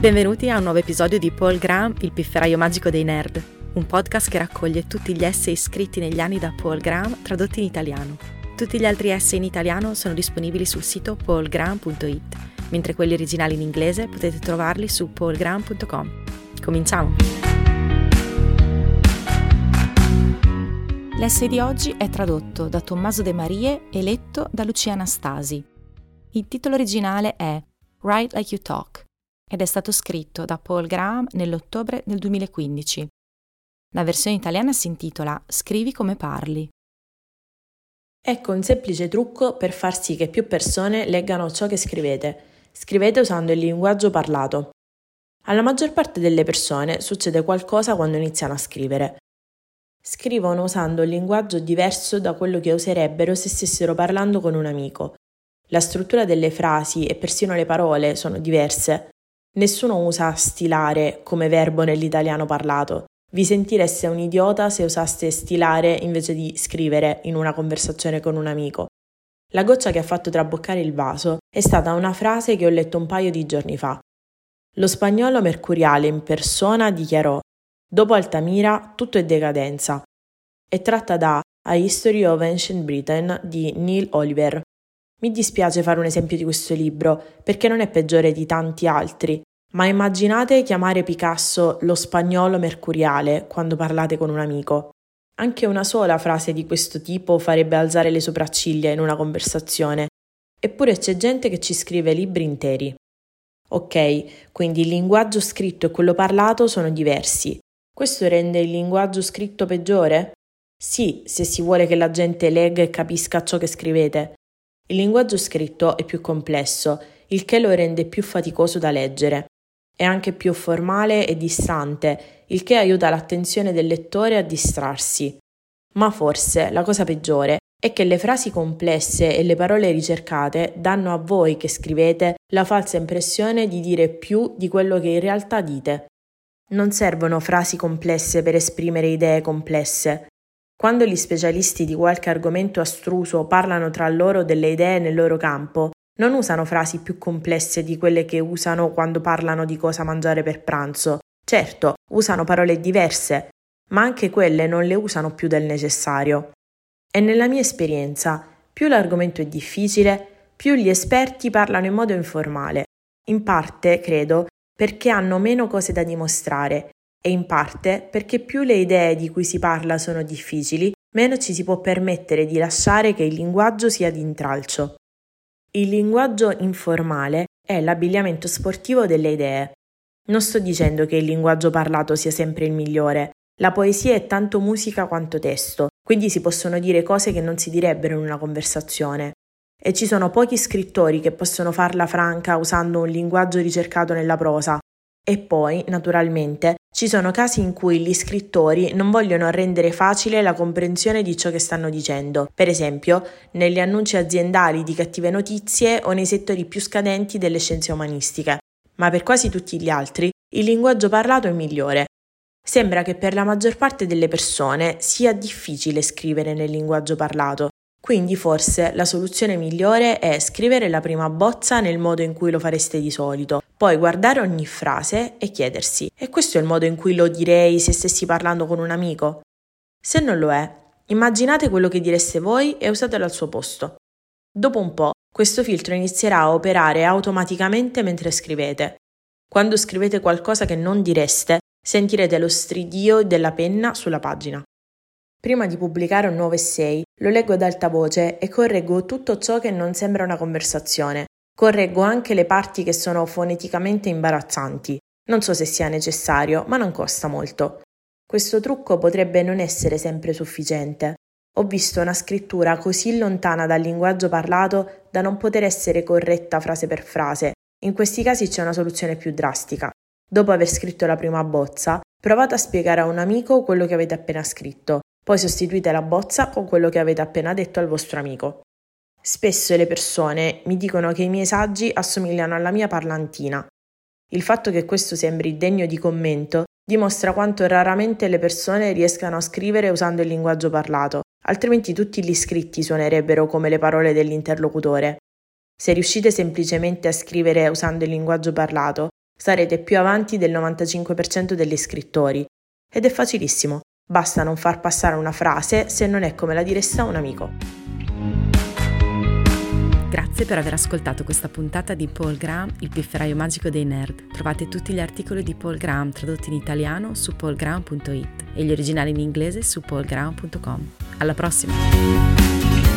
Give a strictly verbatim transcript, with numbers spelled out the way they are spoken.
Benvenuti a un nuovo episodio di Paul Graham, il pifferaio magico dei nerd, un podcast che raccoglie tutti gli essay scritti negli anni da Paul Graham tradotti in italiano. Tutti gli altri essay in italiano sono disponibili sul sito paul graham punto it, mentre quelli originali in inglese potete trovarli su paul graham punto com. Cominciamo! L'essay di oggi è tradotto da Tommaso De Marie e letto da Lucia Anastasi. Il titolo originale è Write Like You Talk ed è stato scritto da Paul Graham nell'ottobre del duemilaquindici. La versione italiana si intitola Scrivi come parli. Ecco un semplice trucco per far sì che più persone leggano ciò che scrivete. Scrivete usando il linguaggio parlato. Alla maggior parte delle persone succede qualcosa quando iniziano a scrivere. Scrivono usando un linguaggio diverso da quello che userebbero se stessero parlando con un amico. La struttura delle frasi e persino le parole sono diverse. Nessuno usa stilare come verbo nell'italiano parlato. Vi sentireste un idiota se usaste stilare invece di scrivere in una conversazione con un amico. La goccia che ha fatto traboccare il vaso è stata una frase che ho letto un paio di giorni fa. Lo spagnolo mercuriale in persona dichiarò: dopo Altamira tutto è decadenza. È tratta da A History of Ancient Britain di Neil Oliver. Mi dispiace fare un esempio di questo libro perché non è peggiore di tanti altri, ma immaginate chiamare Picasso lo spagnolo mercuriale quando parlate con un amico. Anche una sola frase di questo tipo farebbe alzare le sopracciglia in una conversazione, eppure c'è gente che ci scrive libri interi. Ok, quindi il linguaggio scritto e quello parlato sono diversi. Questo rende il linguaggio scritto peggiore? Sì, se si vuole che la gente legga e capisca ciò che scrivete. Il linguaggio scritto è più complesso, il che lo rende più faticoso da leggere. È anche più formale e distante, il che aiuta l'attenzione del lettore a distrarsi. Ma forse la cosa peggiore è che le frasi complesse e le parole ricercate danno a voi che scrivete la falsa impressione di dire più di quello che in realtà dite. Non servono frasi complesse per esprimere idee complesse. Quando gli specialisti di qualche argomento astruso parlano tra loro delle idee nel loro campo, non usano frasi più complesse di quelle che usano quando parlano di cosa mangiare per pranzo. Certo, usano parole diverse, ma anche quelle non le usano più del necessario. E nella mia esperienza, più l'argomento è difficile, più gli esperti parlano in modo informale. In parte, credo, perché hanno meno cose da dimostrare, e in parte perché più le idee di cui si parla sono difficili, meno ci si può permettere di lasciare che il linguaggio sia di intralcio. Il linguaggio informale è l'abbigliamento sportivo delle idee. Non sto dicendo che il linguaggio parlato sia sempre il migliore. La poesia è tanto musica quanto testo, quindi si possono dire cose che non si direbbero in una conversazione. E ci sono pochi scrittori che possono farla franca usando un linguaggio ricercato nella prosa. E poi, naturalmente, ci sono casi in cui gli scrittori non vogliono rendere facile la comprensione di ciò che stanno dicendo, per esempio negli annunci aziendali di cattive notizie o nei settori più scadenti delle scienze umanistiche. Ma per quasi tutti gli altri, il linguaggio parlato è migliore. Sembra che per la maggior parte delle persone sia difficile scrivere nel linguaggio parlato. Quindi forse la soluzione migliore è scrivere la prima bozza nel modo in cui lo fareste di solito, poi guardare ogni frase e chiedersi: e questo è il modo in cui lo direi se stessi parlando con un amico? Se non lo è, immaginate quello che direste voi e usatelo al suo posto. Dopo un po', questo filtro inizierà a operare automaticamente mentre scrivete. Quando scrivete qualcosa che non direste, sentirete lo stridio della penna sulla pagina. Prima di pubblicare un nuovo essay, lo leggo ad alta voce e correggo tutto ciò che non sembra una conversazione. Correggo anche le parti che sono foneticamente imbarazzanti. Non so se sia necessario, ma non costa molto. Questo trucco potrebbe non essere sempre sufficiente. Ho visto una scrittura così lontana dal linguaggio parlato da non poter essere corretta frase per frase. In questi casi c'è una soluzione più drastica. Dopo aver scritto la prima bozza, provate a spiegare a un amico quello che avete appena scritto. Poi sostituite la bozza con quello che avete appena detto al vostro amico. Spesso le persone mi dicono che i miei saggi assomigliano alla mia parlantina. Il fatto che questo sembri degno di commento dimostra quanto raramente le persone riescano a scrivere usando il linguaggio parlato, altrimenti tutti gli scritti suonerebbero come le parole dell'interlocutore. Se riuscite semplicemente a scrivere usando il linguaggio parlato, Sarete più avanti del novantacinque per cento degli scrittori. Ed è facilissimo, basta non far passare una frase se non è come la diresta un amico. Grazie per aver ascoltato questa puntata di Paul Graham, il pifferaio magico dei nerd. Trovate tutti gli articoli di Paul Graham tradotti in italiano su paul graham punto it e gli originali in inglese su paul graham punto com. Alla prossima!